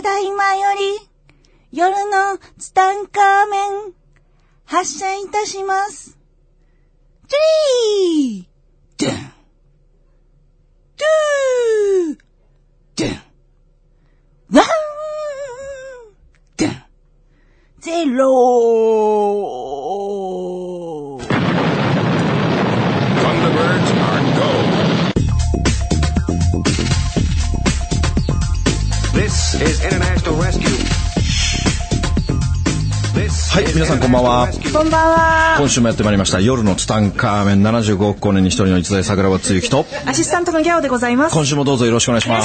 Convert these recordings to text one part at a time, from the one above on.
だいまより夜のツタンカーメン発射いたします。3、ドゥン、2、ドゥン、1、ドゥン、0。 Thunderbirds are go. This is International Rescue. はい、皆さんこんばんは。 こんばんは。 今週もやってまいりました夜のツタンカーメン75億光年に一人の一代桜庭つゆきとアシスタントのギャオでございます。 今週もどうぞよろしくお願いします。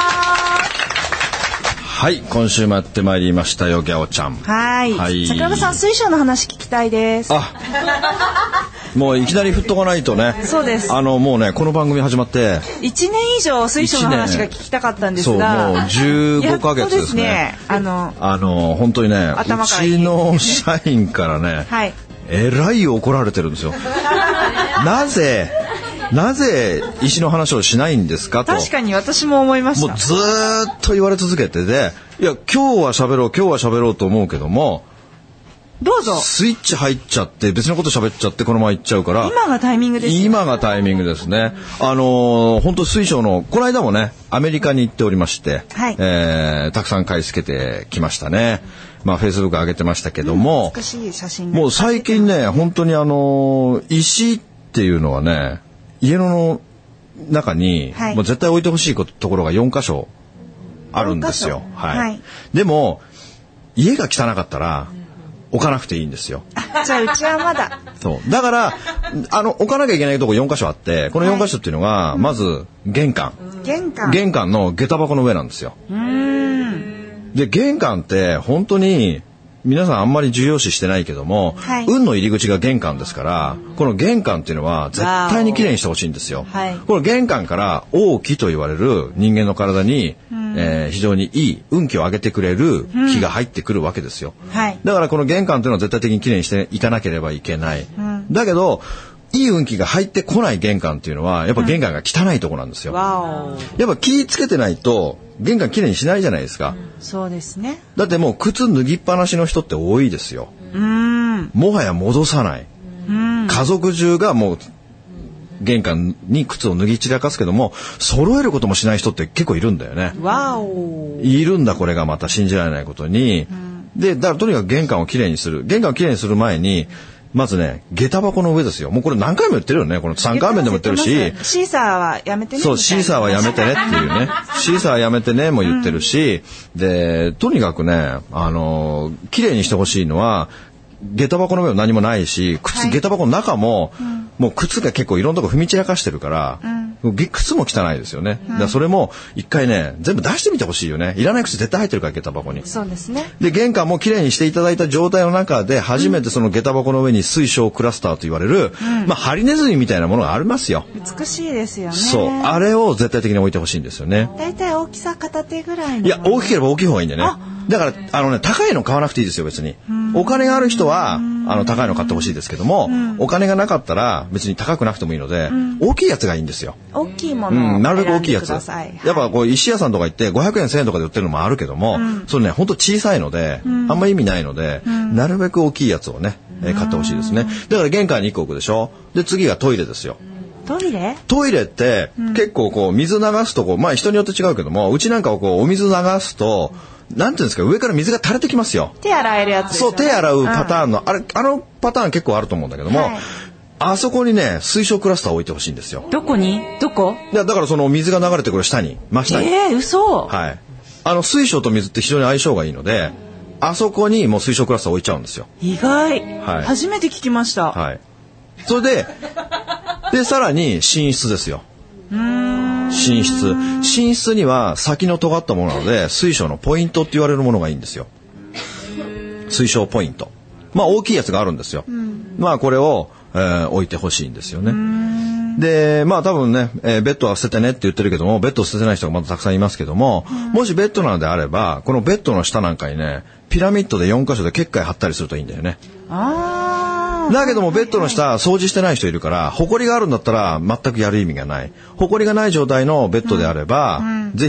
はい、今週もやってまいりましたよギャオちゃん。 はい、桜庭さん水晶の話聞きたいです。 もういきなり振っとかないとね。 そうです。 もうねこの番組始まって 1年以上水晶の話が聞きたかったんですが、 そうもう15ヶ月ですね。本当にねうちの社員からね、はい、えらい怒られてるんですよ。なぜ石の話をしないんですかと。 確かに私も思いました。 もうずーっと言われ続けてで、いや今日は喋ろうと思うけども、 どうぞ。 スイッチ入っちゃって別のこと喋っちゃってこのまま行っちゃうから。 今がタイミングですよ。 今がタイミングですね。本当水晶のこの間もねアメリカに行っておりまして、はい、たくさん買い付けてきましたね。まあフェイスブック上げてましたけども、 美しい写真もう最近ね本当に石っていうのはね家の中に、はい、もう絶対置いてほしいところが4箇所あるんですよ。はいはい、でも家が汚かったら置かなくていいんですよ。 じゃあうちはまだ。 そうだから置かなきゃいけないとこ4箇所あって、この4箇所っていうのが、はい、まず玄関の下駄箱の上なんですよ。で玄関って本当に皆さんあんまり重要視してないけども、はい、運の入り口が玄関ですから、この玄関っていうのは絶対にきれいにしてほしいんですよ。はい、この玄関から王気と言われる人間の体に、非常にいい運気を上げてくれる気が入ってくるわけですよ。はい、だからこの玄関というのは絶対的にきれいにしていかなければいけない。だけどいい運気が入ってこない玄関っていうのはやっぱ玄関が汚いところなんですよ。やっぱ気つけてないと玄関きれいにしないじゃないですか。 そうですね。 だってもう靴脱ぎっぱなしの人って多いですよ。もはや戻さない。家族中がもう玄関に靴を脱ぎ散らかすけども揃えることもしない人って結構いるんだよね。いるんだこれがまた信じられないことに。でだからとにかく玄関をきれいにする。玄関をきれいにする前にまずね下駄箱の上ですよ。もうこれ何回も言ってるよね。この3回目でも言ってるし、 シーサーはやめてね。 そうシーサーはやめてねっていうね。シーサーはやめてねも言ってるし、でとにかくね綺麗にしてほしいのは下駄箱の上は何もないし、下駄箱の中も、もう靴が結構いろんなとこ踏み散らかしてるから、靴も汚いですよね。だからそれも一回ね全部出してみてほしいよね。いらない靴絶対入ってるから下駄箱に。 そうですね。 で玄関もきれいにしていただいた状態の中で初めてその下駄箱の上に水晶クラスターと言われる、ハリネズミみたいなものがありますよ。 美しいですよね。 そうあれを絶対的に置いてほしいんですよね。 だいたい大きさ片手ぐらいの。 いや大きければ大きい方がいいんだよね。だから高いの買わなくていいですよ別に。お金がある人は高いの買ってほしいですけども、お金がなかったら別に高くなくてもいいので、大きいやつがいいんですよ。 大きいものをなるべく大きいやつ。やっぱこう石屋さんとか行って500円1000円とかで売ってるのもあるけども、それね本当小さいので、あんま意味ないので、なるべく大きいやつをね買ってほしいですね。だから玄関に1個置くでしょ。で次がトイレですよ。 トイレって、 結構こう水流すとこ人によって違うけども、うちなんかをこうお水流すとなんていうんですか上から水が垂れてきますよ。 手洗えるやつですよね。 そう手洗うパターンの、あのパターン結構あると思うんだけども、あそこにね水晶クラスターを置いてほしいんですよ。 どこに？どこ？ いやだからその水が流れてくる下に真下に。 嘘。 はい。水晶と水って非常に相性がいいので、あそこにもう水晶クラスターを置いちゃうんですよ。 意外。はい。初めて聞きました。 はい。それでさらに寝室ですよ。寝室には先の尖ったものなので水晶のポイントって言われるものがいいんですよ。水晶ポイント。大きいやつがあるんですよ。これを、置いてほしいんですよね。で多分ね、ベッドは捨ててねって言ってるけども、ベッドを捨ててない人がまだたくさんいますけども、もしベッドなのであればこのベッドの下なんかにねピラミッドで4箇所で結界貼ったりするといいんだよね。だけどもベッドの下掃除してない人いるから、埃があるんだったら全くやる意味がない。埃がない状態のベッドであれば、ぜひ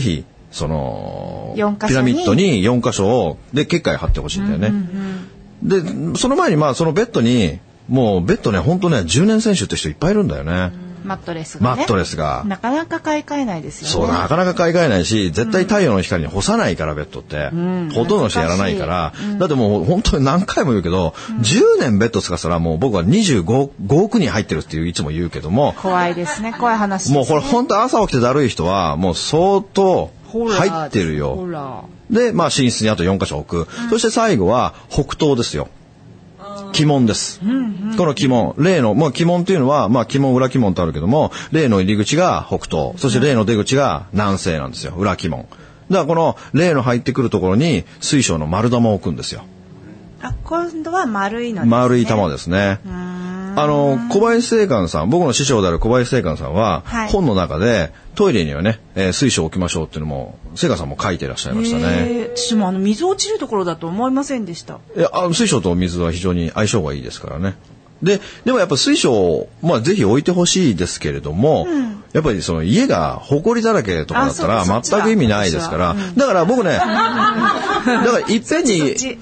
その 4箇所にピラミッドに4箇所をで結界貼ってほしいんだよね。でその前にまあそのベッドにもうベッドね本当ね10年選手って人いっぱいいるんだよね。 マットレスがね。 マットレスがなかなか買い替えないですよね。 そうなかなか買い替えないし絶対太陽の光に干さないからベッドって、ほとんどの人やらないから、だってもう本当に何回も言うけど、10年ベッド使ったらもう僕は25億人入ってるっていつも言うけども怖いですね。怖い話ですね。 もうこれ本当朝起きてだるい人はもう相当入ってるよ。でまあ寝室にあと4箇所置く、そして最後は北東ですよ。鬼門です、この鬼門例の、まあ、鬼門というのは、まあ、鬼門裏鬼門とあるけども例の入り口が北東、そして例の出口が南西なんですよ。裏鬼門だからこの例の入ってくるところに水晶の丸玉を置くんですよ。 あ、今度は丸いのですね。 丸い玉ですね。小林正観さん、僕の師匠である小林正観さんは、本の中でトイレにはね、水晶を置きましょうっていうのも正観さんも書いていらっしゃいましたね。 私も水落ちるところだと思いませんでした。 いや水晶と水は非常に相性がいいですからね。でもやっぱ水晶、まあぜひ置いてほしいですけれども、やっぱりその家が埃だらけとかだったら全く意味ないですから、だから僕ね、だからいっぺんに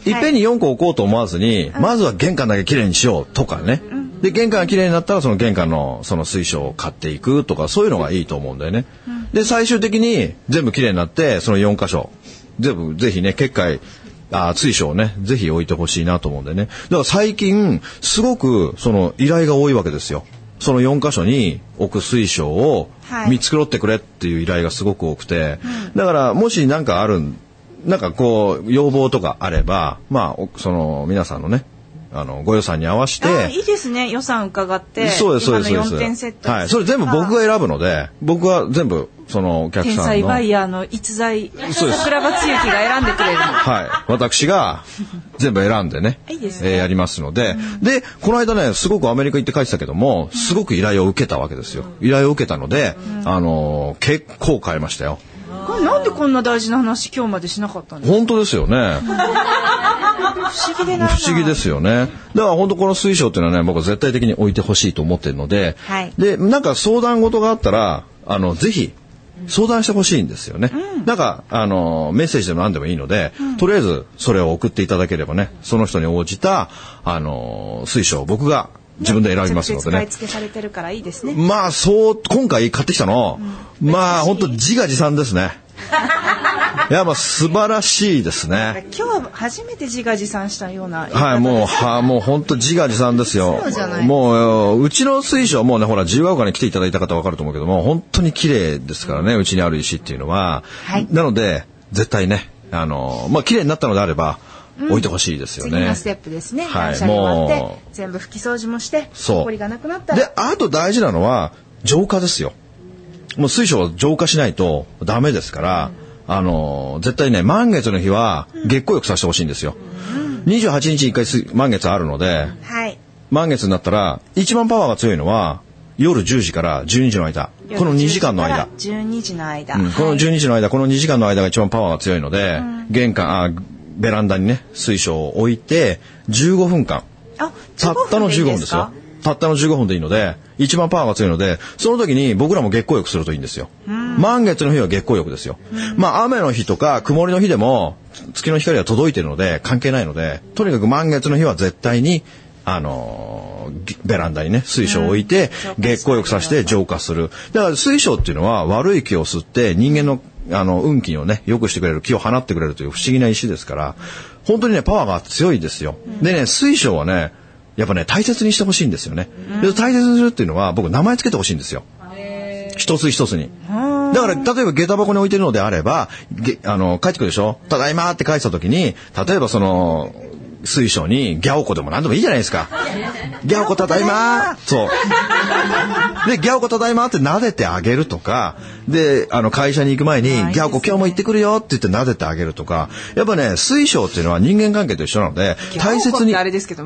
4個置こうと思わずに、まずは玄関だけきれいにしようとかね。で玄関がきれいになったらその玄関のその水晶を買っていくとかそういうのがいいと思うんだよね。で最終的に全部きれいになってその4箇所全部ぜひね結界水晶をねぜひ置いてほしいなと思うんでね。だから最近すごくその依頼が多いわけですよ。その4箇所に置く水晶を見繕ってくれっていう依頼がすごく多くて、だからもしなんかこう要望とかあれば、まあその皆さんのねご予算に合わせて。 いいですね。予算伺って。 そうですそうです今の4点セット。 はい。それ全部僕が選ぶので、僕は全部そのお客さんの。 天才バイヤーの逸材桜庭つゆきが選んでくれるの。 はい。私が全部選んでね。 いいですね。 やりますので、でこの間ねすごくアメリカ行って帰ってたけども、すごく依頼を受けたわけですよ。依頼を受けたので、結構買いましたよ。 これなんでこんな大事な話今日までしなかったんですか。 本当ですよね。 不思議ですよね。だから本当この水晶っていうのはね僕は絶対的に置いてほしいと思ってるので、でなんか相談事があったらぜひ相談してほしいんですよね。なんかメッセージでも何でもいいので、とりあえずそれを送っていただければねその人に応じた水晶を僕が自分で選びますのでね。 買い付けされてるからいいですね。 まあ今回買ってきたの、まあ本当自画自賛ですね。いやまあ素晴らしいですね。 今日初めて自画自賛したような。 はいもう本当自画自賛ですよ。もううちの水晶もうねほら自由が丘に来ていただいた方わかると思うけども本当に綺麗ですからねうちにある石っていうのは。なので絶対ねまあ綺麗になったのであれば。置いてほしいですよね。 次のステップですね。断捨離もあって全部拭き掃除もして埃がなくなったら。 であと大事なのは浄化ですよ。もう水晶は浄化しないとダメですから、絶対ね満月の日は月光浴させてほしいんですよ。28日に1回満月あるので、満月になったら一番パワーが強いのは夜10時から12時の間、この2時間の間、 12時の間、 この12時の間この2時間の間が一番パワーが強いので、ベランダにね水晶を置いて15分間、たったの15分ですよ。たったの15分でいいので一番パワーが強いのでその時に僕らも月光浴するといいんですよ。満月の日は月光浴ですよ。まあ雨の日とか曇りの日でも月の光は届いてるので関係ないのでとにかく満月の日は絶対にベランダにね水晶を置いて月光浴させて浄化する。だから水晶っていうのは悪い気を吸って人間の運気をね良くしてくれる気を放ってくれるという不思議な石ですから本当にねパワーが強いですよ。でね水晶はねやっぱね大切にしてほしいんですよね。で大切にするっていうのは僕名前つけてほしいんですよ。一つ一つに。だから例えば下駄箱に置いてるのであれば帰ってくるでしょ。ただいまって返した時に例えばその水晶にギャオコでも何でもいいじゃないですか。ギャオコただいま。そうでギャオコただいまって撫でてあげるとかで会社に行く前にギャオコ今日も行ってくるよって言って撫でてあげるとかやっぱね水晶っていうのは人間関係と一緒なので大切に。 あれですけど、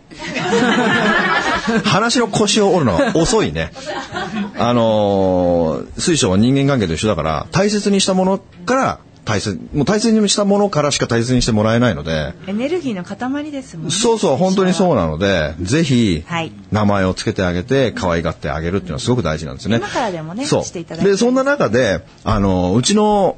話の腰を折るのは遅いね。水晶は人間関係と一緒だから大切にしたものから大切にしたものからしか大切にしてもらえないのでエネルギーの塊ですもんね。 そう本当にそうなのでぜひ名前をつけてあげて可愛がってあげるっていうのはすごく大事なんですよね。 今からでもねしていただいて。 でそんな中でうちの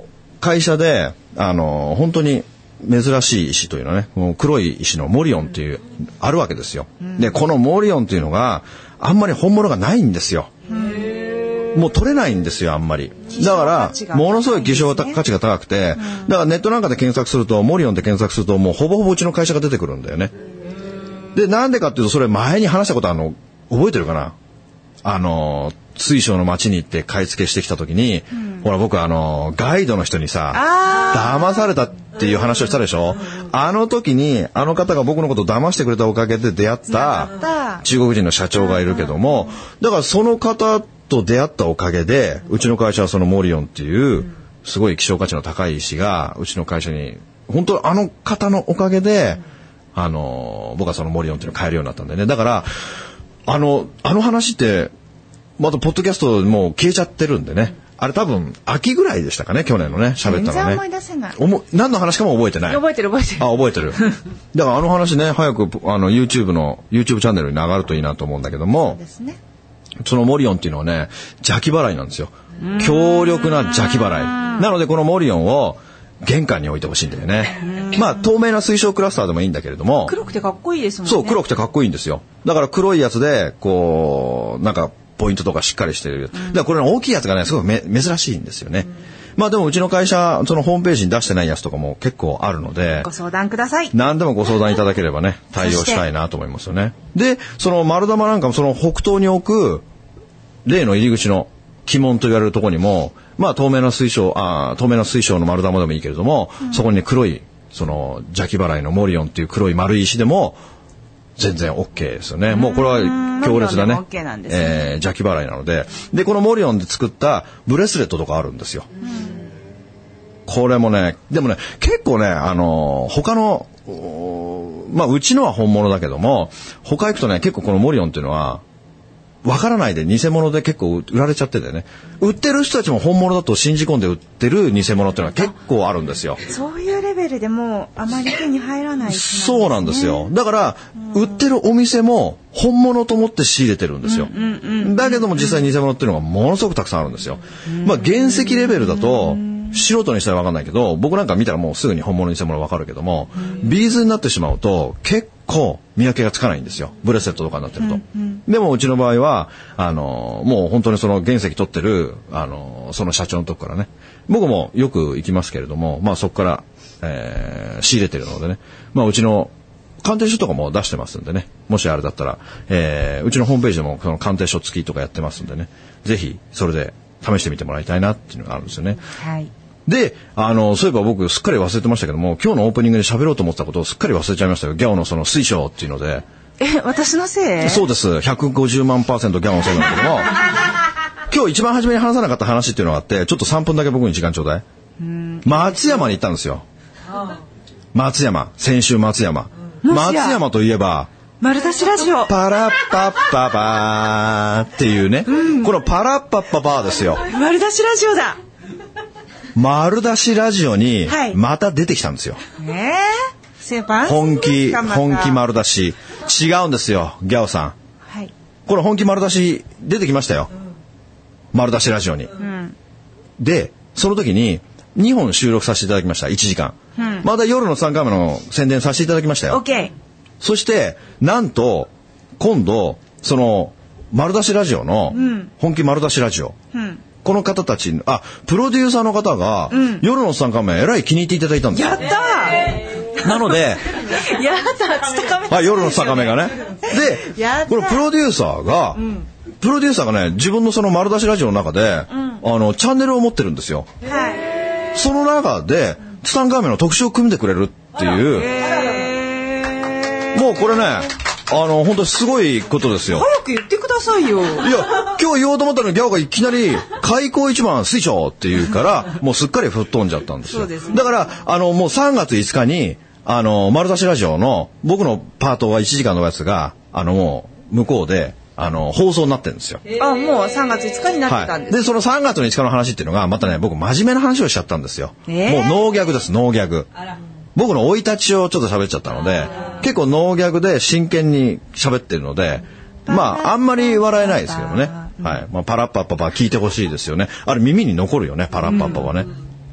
会社で、本当に珍しい石というのはね、もう黒い石のモリオンっていう、あるわけですよ。で、このモリオンっていうのが、あんまり本物がないんですよ。もう取れないんですよ、あんまり。だから、ものすごい希少価値が高くて、だからネットなんかで検索すると、モリオンで検索すると、もうほぼほぼうちの会社が出てくるんだよね。で、なんでかっていうと、それ前に話したこと覚えてるかな？水晶の町に行って買い付けしてきた時に、ほら僕ガイドの人にさ、騙されたっていう話をしたでしょ。あの時にあの方が僕のことを騙してくれたおかげで出会った中国人の社長がいるけども、だからその方と出会ったおかげで、うちの会社はそのモリオンっていうすごい希少価値の高い石がうちの会社に、本当あの方のおかげで、僕はそのモリオンっていうのを買えるようになったんでね。だからあの話ってまたポッドキャストもう消えちゃってるんでね。あれ多分秋ぐらいでしたかね、去年のね、喋ったのね。 全然思い出せない。 何の話かも覚えてない。 覚えてる。 あ、覚えてる。だから話ね、早くYouTube チャンネルに上がるといいなと思うんだけども、そうですね。そのモリオンっていうのはね、邪気払いなんですよ。強力な邪気払い。なのでこのモリオンを玄関に置いてほしいんだよね。まあ透明な水晶クラスターでもいいんだけれども、 黒くてかっこいいですもんね。 そう、黒くてかっこいいんですよ。だから黒いやつでこうなんかポイントとかしっかりしてる。だからこれの大きいやつがね、すごい珍しいんですよね。まあでもうちの会社、そのホームページに出してないやつとかも結構あるので、 ご相談ください。 何でもご相談いただければね、対応したいなと思いますよね。で、その丸玉なんかもその北東に置く例の入り口の鬼門と言われるところにも、まあ透明な水晶の丸玉でもいいけれども、そこにね、黒いその邪気払いのモリオンっていう黒い丸い石でも全然 OK ですよね。もうこれは強烈なね、邪気払いなので。で、このモリオンで作ったブレスレットとかあるんですよ。これもね、でもね、結構ね、他の、まあうちのは本物だけども、他行くとね、結構このモリオンっていうのは、わからないで偽物で結構売られちゃっててね。売ってる人たちも本物だと信じ込んで売ってる偽物っていうのは結構あるんですよ。 そういうレベルでもうあまり手に入らない、ね。 そうなんですよ。だから、売ってるお店も本物と思って仕入れてるんですよ。だけども実際偽物っていうのがものすごくたくさんあるんですよ。まあ原石レベルだと、素人にしたらわかんないけど、僕なんか見たらもうすぐに本物偽物わかるけども、ビーズになってしまうと結構見分けがつかないんですよ。ブレスレットとかになってると。でもうちの場合はもう本当にその原石取ってるその社長のとこからね、僕もよく行きますけれども、まあそこから、仕入れてるのでね、まあうちの鑑定書とかも出してますんでね、もしあれだったら、うちのホームページでもその鑑定書付きとかやってますんでね、ぜひそれで試してみてもらいたいなっていうのがあるんですよね。 はい。 で、そういえば僕すっかり忘れてましたけども、今日のオープニングで喋ろうと思ってたことをすっかり忘れちゃいましたよ。ギャオのその水晶っていうので。 私のせい？ そうです。150万%ギャオのせいなんだけども、今日一番初めに話さなかった話っていうのがあって、ちょっと3分だけ僕に時間ちょうだい。松山に行ったんですよ。松山。先週松山。松山といえば、 丸出しラジオ。 パラッパッパパーっていうね、このパラッパッパパーですよ。 丸出しラジオだ。 丸出しラジオにまた出てきたんですよ。本気丸出し。違うんですよ、ギャオさん。はい、この本気丸出し出てきましたよ。丸出しラジオに。で、その時に2本収録させていただきました。1時間。また夜の3回目の宣伝させていただきましたよ。 OK。 そして、なんと、今度、その、丸出しラジオの、本気丸出しラジオ。この方たち、プロデューサーの方が、夜の3回目、えらい気に入っていただいたんですよ。 やったー。 なので、 やった夜の3回目がね。で、このプロデューサーがね、自分のその丸出しラジオの中で、チャンネルを持ってるんですよ。その中で、ツタンカーメンの特集を組んでくれるっていう、もうこれね、本当にすごいことですよ。 早く言ってくださいよ。 いや、今日言おうと思ったのにギャオがいきなり開口一番水晶って言うから、もうすっかり吹っ飛んじゃったんですよ。そうですね。だから、もう3月5日に、丸出しラジオの僕のパートが1時間のやつが、もう向こうで、放送になってるんですよ。 もう3月5日になってたんです。 で、その3月の5日の話っていうのが、またね、僕真面目な話をしちゃったんですよ。もうノーギャグです、ノーギャグ。僕の生い立ちをちょっと喋っちゃったので、結構ノーギャグで真剣に喋ってるので、まあ、あんまり笑えないですけどね。はい。まあ、パラッパッパパ聞いてほしいですよね。あれ耳に残るよね、パラッパッパはね。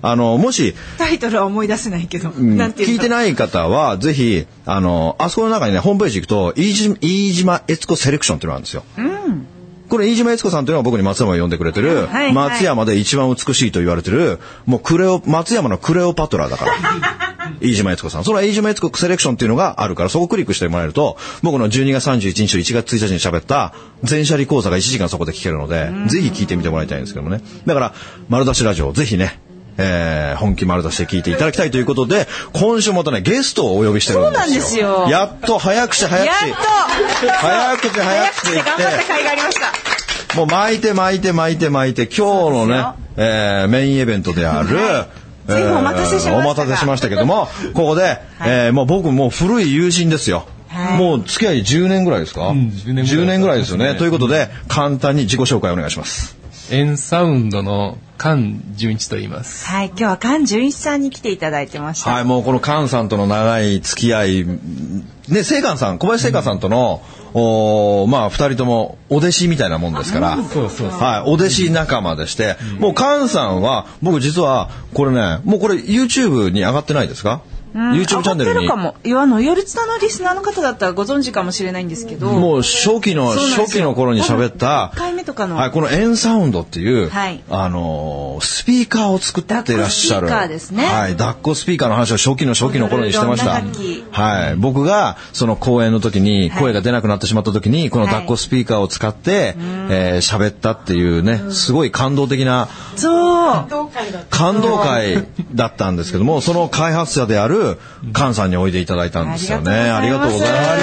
もしタイトルは思い出せないけど、なんていう聞いてない方はぜひあそこの中にねホームページ行くと飯島悦子セレクションっていうのがあるんですよ。これ飯島悦子さんというのは僕に松山を呼んでくれてる、松山で一番美しいと言われてるもう松山のクレオパトラだから飯島悦子さん。その飯島悦子セレクションっていうのがあるから、そこをクリックしてもらえると僕の12月31日と1月1日に喋った全車離講座が1時間そこで聞けるので、ぜひ聞いてみてもらいたいんですけどもね。だから丸出しラジオをぜひね、本気丸出しで聞いていただきたいということで、今週またねゲストをお呼びしてるんですよ。そうなんですよ。やっと早口で言って頑張った甲斐がありました。 もう巻いて今日のね、メインイベントであるお待たせしましたけども、ここで、もう僕もう古い友人ですよ。もう付き合い10年ぐらいですか、10年ぐらいですよね。ということで簡単に自己紹介お願いします。 エンサウンドの菅純一と言います。 はい、今日は菅純一さんに来ていただいてました。 はい、もうこの菅さんとの長い付き合いね、小林聖寛さんとの、まあ二人ともお弟子みたいなもんですから、はい、お弟子仲間でして、もう菅さんは僕実はこれね、もうこれ YouTube に上がってないですか？YouTube チャンネルに。 上がってるかも。夜ツタのリスナーの方だったらご存知かもしれないんですけど。 もう初期の頃に喋った、 1回目とかの。 はい、このエンサウンドっていう、 はい、 スピーカーを作っていらっしゃる。 ダッコスピーカーですね。 はい、ダッコスピーカーの話を初期の頃にしてました。はい、僕がその講演の時に声が出なくなってしまった時に、このダッコスピーカーを使って、喋ったっていうね、すごい感動的な。感動会だったんですけども、その開発者である菅さんにおいでいただいたんですよね。ありがとうございます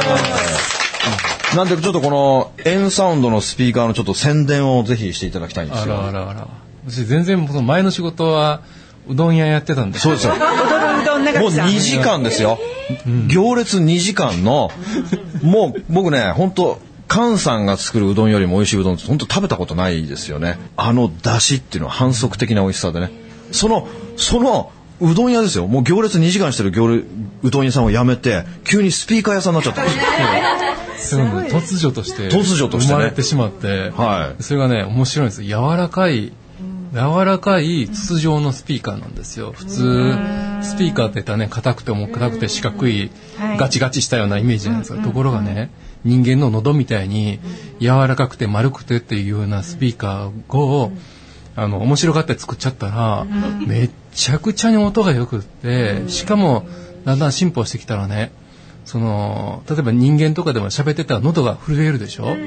。なんでちょっとこのエンサウンドのスピーカーのちょっと宣伝をぜひしていただきたいんですよ。 私全然その前の仕事はうどん屋やってたんです。 そうですよ。 踊るうどん長もう2時間ですよ。行列2時間の、もう僕ね、本当菅さんが作るうどんよりも美味しいうどん本当食べたことないですよね。出汁っていうのは反則的な美味しさでね。そのうどん屋ですよ。もう行列2時間してるうどん屋さんを辞めて急にスピーカー屋さんになっちゃったんですよ。 突如として生まれてしまって、はい、それがね面白いんですよ。柔らかい筒状のスピーカーなんですよ。普通スピーカーって言ったらね硬くて四角いガチガチしたようなイメージじゃないですか。ところがね人間の喉みたいに柔らかくて丸くてっていうようなスピーカーを面白がって作っちゃったらめっちゃくちゃに音が良くって、しかもだんだん進歩してきたらね、例えば人間とかでも喋ってたら喉が震えるでしょ、はい、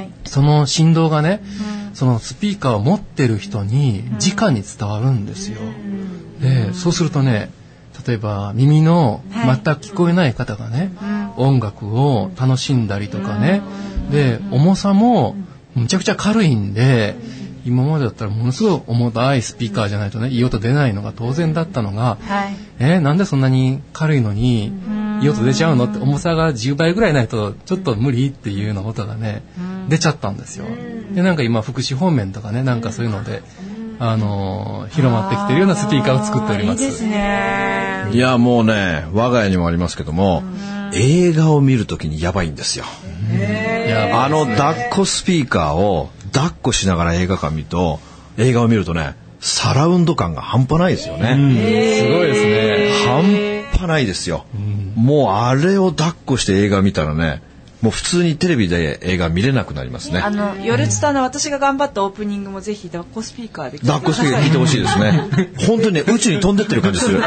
その振動がね、そのスピーカーを持ってる人に直に伝わるんですよ。でそうするとね、例えば耳の全く聞こえない方がね、音楽を楽しんだりとかね、で重さもむちゃくちゃ軽いんで、今までだったらものすごい重たいスピーカーじゃないとねいい音出ないのが当然だったのが、はい、なんでそんなに軽いのにいい音出ちゃうのって、重さが10倍ぐらいないとちょっと無理っていうような音がね出ちゃったんですよ。でなんか今福祉方面とかね、なんかそういうので広まってきてるようなスピーカーを作っております。いいですね。 いやもうね、我が家にもありますけども、映画を見るときにやばいんですよ。ダッコスピーカーを抱っこしながら映画を見るとね、サラウンド感が半端ないですよね。 すごいですね。 半端ないですよ。もうあれを抱っこして映画見たらね、もう普通にテレビで映画見れなくなりますね。 夜ツタの私が頑張ったオープニングもぜひ抱っこスピーカーで聞いてください。 抱っこスピーカー聞いてほしいですね。本当にね、宇宙に飛んでってる感じする。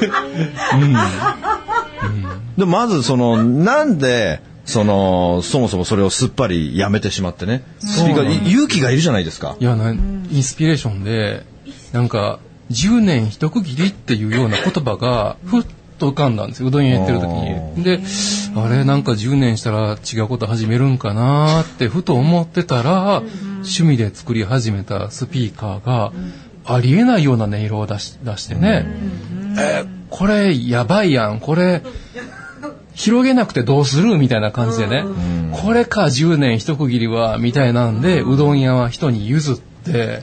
でまずなんでそもそもそれをすっぱりやめてしまってね、スピーカー勇気がいるじゃないですか。 いやインスピレーションでなんか10年一区切りっていうような言葉がふっと浮かんだんですよ、うどん屋やってる時に。であれなんか10年したら違うこと始めるんかなってふと思ってたら、趣味で作り始めたスピーカーがありえないような音色を出してね、これやばいやん、これ広げなくてどうするみたいな感じでね、これか10年一区切りはみたいなんで、うどん屋は人に譲って、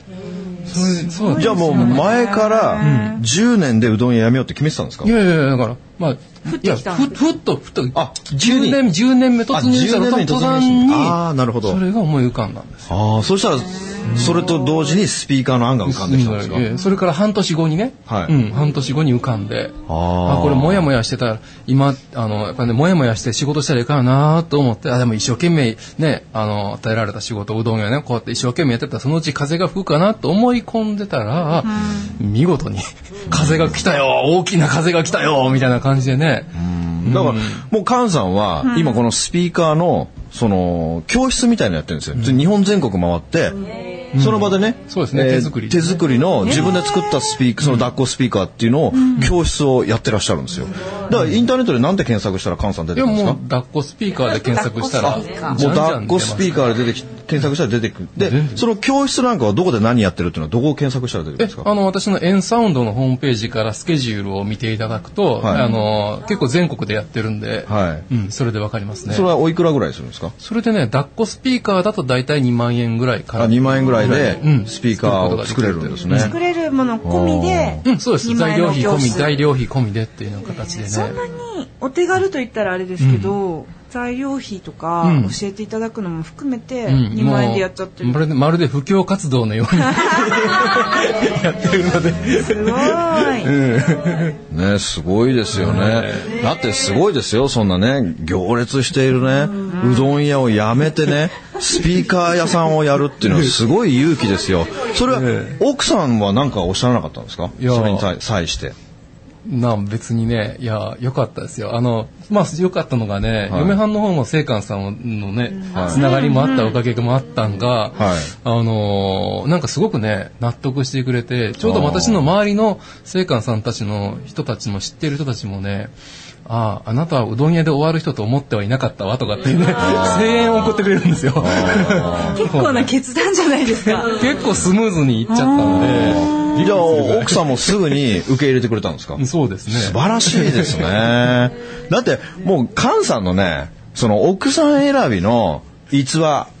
じゃあもう前から10年でうどん屋やめようって決めてたんですか？ いやだからまあ、いや、ふっと、10年目突入したら途端に、 なるほど。 それが思い浮かんだんです。 そしたら、それと同時にスピーカーの案が浮かんできたんですか？ それから半年後にね、半年後に浮かんで、これもやもやしてたら、今、やっぱね、もやもやして仕事したらいいかなと思って、でも一生懸命ね、与えられた仕事、うどん屋ね、こうやって一生懸命やってたら、そのうち風が吹くかなと思い込んでたら、見事に、風が来たよ、大きな風が来たよ、みたいな感じでね。 だから、もう菅さんは、今このスピーカーの、教室みたいなのやってるんですよ。日本全国回って、その場でね、 そうですね、手作りの自分で作ったスピーカー、その抱っこスピーカーっていうのを教室をやってらっしゃるんですよ。だからインターネットでなんて検索したら菅さん出てくるんですか？ もう抱っこスピーカーで検索したら、 もう抱っこスピーカーで検索したら出てくる。で、その教室なんかはどこで何やってるっていうのはどこを検索したら出てくるんですか？ 私のエンサウンドのホームページからスケジュールを見ていただくと、結構全国でやってるんで、それでわかりますね。 それはおいくらぐらいするんですか？ それでね、抱っこスピーカーだと大体2万円ぐらいから。 2万円ぐらいでスピーカーを作れるんですね。 作れるもの込みで、 そうです。材料費込みでっていうような形でね。 そんなにお手軽と言ったらあれですけど、材料費とか教えていただくのも含めて2万円でやっちゃってる。 まるで布教活動のようにやってるので。 すごい。 ね、すごいですよね。だってすごいですよ。そんなね、行列しているね、うどん屋を辞めてね、スピーカー屋さんをやるっていうのはすごい勇気ですよ。それは奥さんは何かおっしゃらなかったんですか？それに際して。 別にね、いや、良かったですよ。まあ、良かったのがね、嫁はんの方も聖寛さんのね、つながりもあったおかげもあったんが、なんかすごくね、納得してくれて、ちょうど私の周りの聖寛さんたちの人たちも知っている人たちもね、あなたはうどん屋で終わる人と思ってはいなかったわとかってね、声援を送ってくれるんですよ。 結構な決断じゃないですか。 結構スムーズにいっちゃったんで。 じゃあ奥さんもすぐに受け入れてくれたんですか？ そうですね。 素晴らしいですね。だってもう菅さんのね、その奥さん選びの逸話、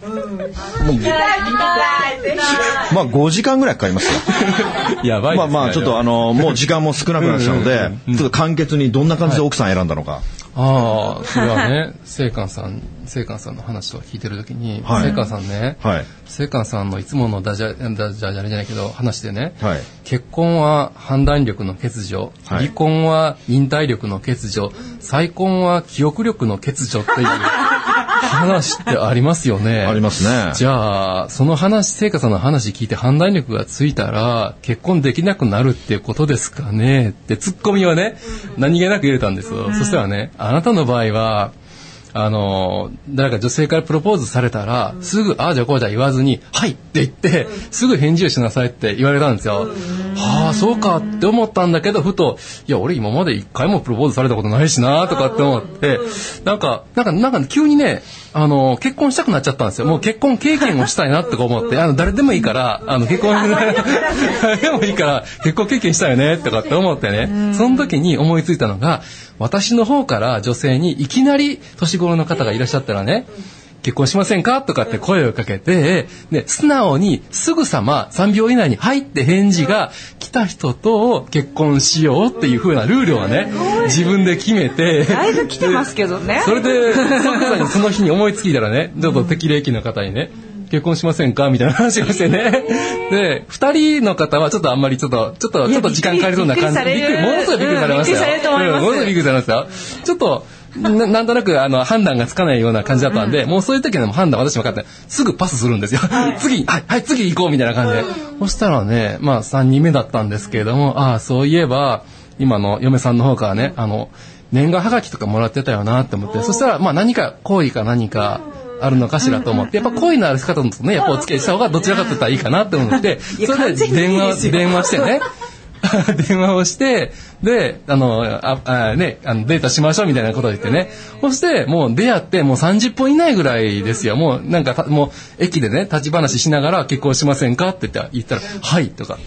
まあ5時間ぐらいかかりますよ。 やばいですね。 まあちょっともう時間も少なくなっちゃうので、ちょっと簡潔にどんな感じで奥さん選んだのか。 それはね、聖寛さんの話とか聞いてるときに、聖寛さんね、聖寛さんのいつものダジャレじゃないけど話でね、結婚は判断力の欠如、離婚は忍耐力の欠如、再婚は記憶力の欠如っていう話ってありますよね。 ありますね。 じゃあその話、聖寛さんの話聞いて判断力がついたら結婚できなくなるっていうことですかねってツッコミをね、何気なく入れたんですよ。そしたらね、あなたの場合は誰か女性からプロポーズされたら、すぐ、じゃあこうじゃ言わずに、はいって言って、すぐ返事をしなさいって言われたんですよ。そうかって思ったんだけど、ふと、いや、俺今まで一回もプロポーズされたことないしなとかって思って、なんか急にね、結婚したくなっちゃったんですよ。もう結婚経験をしたいなって思って、誰でもいいから、結婚、誰でもいいから、結婚経験したいよねとかって思ってね、その時に思いついたのが、私の方から女性にいきなり年頃の方がいらっしゃったらね、結婚しませんかとかって声をかけて、で、素直にすぐさま3秒以内にはいって返事が来た人と結婚しようっていう風なルールをね、自分で決めて。 だいぶ来てますけどね。 それで、その日に思いついたらね、ちょっと適齢期の方にね、結婚しませんかみたいな話をしてね。で、二人の方はちょっとあんまりちょっと時間かかりそうな感じで、ものすごいびっくりされましたよ。ものすごいびっくりされましたよ。ちょっと、なんとなく判断がつかないような感じだったんで、もうそういう時の判断私も分かって、すぐパスするんですよ。次行こうみたいな感じで。そしたらね、まあ3人目だったんですけれども、そういえば、今の嫁さんの方からね、年賀はがきとかもらってたよなって思って、そしたら、まあ何か、好意か何か、あるのかしらと思って、やっぱ好意のある方とね、やっぱお付き合いした方がどちらかと言ったらいいかなって思って、それで電話してね、電話をして、で、デートしましょうみたいなことを言ってね、そしてもう出会ってもう30分以内ぐらいですよ。もうなんかもう駅でね、立ち話しながら結婚しませんかって言ったら、はいとかって。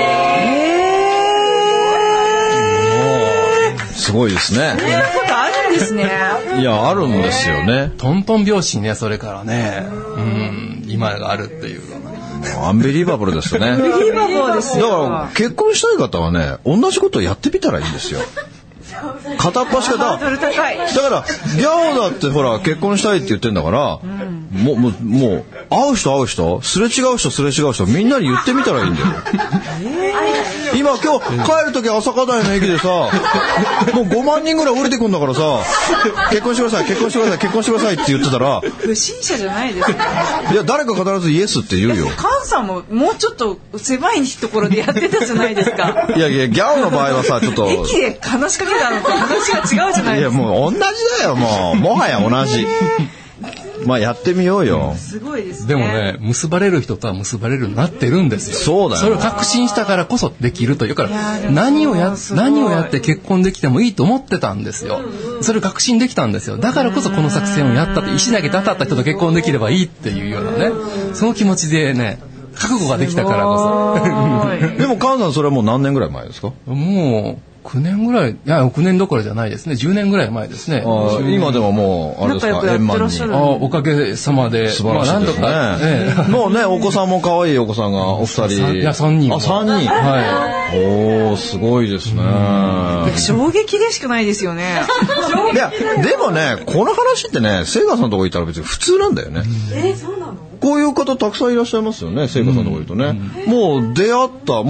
すごいですね。 そんなことあるんですね。 いや、あるんですよね。 トントン拍子ね、それからね、今があるっていうのが。 アンビリーバブルですよね。 アンビリーバブルですよ。 だから結婚したい方はね、同じことをやってみたらいいんですよ。 片っ端からハードル高い。 だからギャオだってほら結婚したいって言ってんだから、もう会う人すれ違う人みんなに言ってみたらいいんだよ。今日帰る時朝霞台の駅でさ、もう5万人ぐらい降りてくんだからさ、結婚してくださいって言ってたら、 不審者じゃないですか。 いや誰か必ずイエスって言うよ。 菅さんももうちょっと狭いところでやってたじゃないですか。 いやギャオの場合はさ、ちょっと駅で話しかけたのと話が違うじゃないですか。 いやもう同じだよ、もはや同じ。まあやってみようよ。 すごいですね。 でもね、結ばれる人とは結ばれるようになってるんですよ。 そうだよ。 それを確信したからこそできるというから、何をやって結婚できてもいいと思ってたんですよ。それを確信できたんですよ。だからこそこの作戦をやったって、石投げて当たった人と結婚できればいいっていうようなね、その気持ちでね、覚悟ができたからこそ。 でも菅さんそれはもう何年ぐらい前ですか？ もう9年ぐらい、いや9年どころじゃないですね。10年ぐらい前ですね。 今でももうあれですか、円満に。 おかげさまで素晴らしいですね。もうね、お子さんも可愛いお子さんがお二人。 いや3人。 3人。 はい。 おー、すごいですね。 衝撃でしかないですよね。 いやでもね、この話ってね、聖華さんのとこ行ったら別に普通なんだよね。 そうなの？ こういう方たくさんいらっしゃいますよね、聖華さんのとこ行くとね。もう出会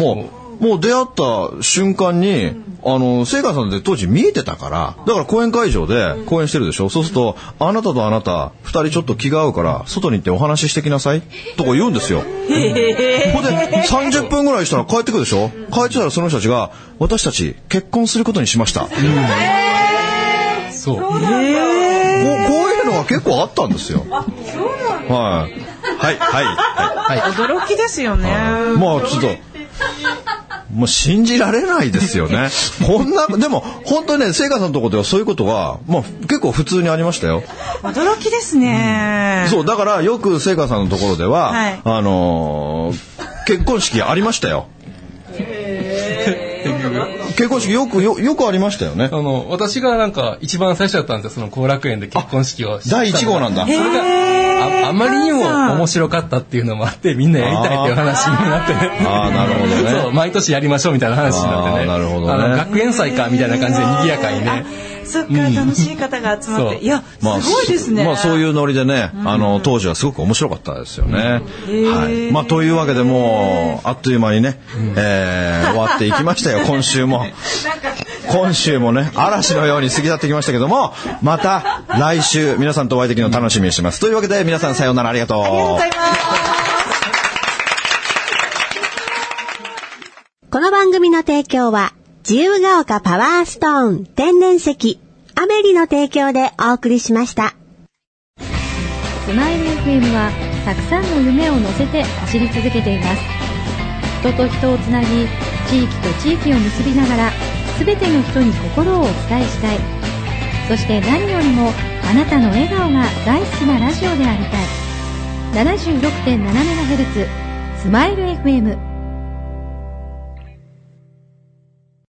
った瞬間に、聖華さんって当時見えてたから、だから公演会場で公演してるでしょ。そうすると、あなたとあなた、二人ちょっと気が合うから、外に行ってお話ししてきなさい、とか言うんですよ。ここで30分ぐらいしたら帰ってくるでしょ。帰ってたらその人たちが、私たち結婚することにしました。 そう。 こういうのが結構あったんですよ。はい。 驚きですよね。 まあちょっと。もう信じられないですよね。でも本当にね、聖華さんのところではそういうことが、まあ、結構普通にありましたよ。 驚きですね。 そうだからよく聖華さんのところでは、結婚式ありましたよ。結婚式よくありましたよね。 私がなんか一番最初だったんですよ、その後楽園で結婚式をした。 第1号なんだ。 それがあまりにも面白かったっていうのもあって、みんなやりたいっていう話になってね。 なるほどね。 そう、毎年やりましょうみたいな話になってね。 なるほどね。 学園祭かみたいな感じで賑やかにね。 そっか、楽しい方が集まって、いや、すごいですね。 まあそういうノリでね、当時はすごく面白かったですよね。はい。まあというわけでもうあっという間にね、終わっていきましたよ。今週もね、嵐のように過ぎ去ってきましたけども、また来週皆さんとお会いできるのを楽しみにしてます。というわけで皆さんさようなら、ありがとう。 ありがとうございます。 この番組の提供は自由が丘パワーストーン天然石アメリの提供でお送りしました。 スマイル FM はたくさんの夢を乗せて走り続けています。人と人をつなぎ、地域と地域を結びながら全ての人に心をお伝えしたい。そして何よりもあなたの笑顔が大好きなラジオでありたい。 76.7MHz スマイル FM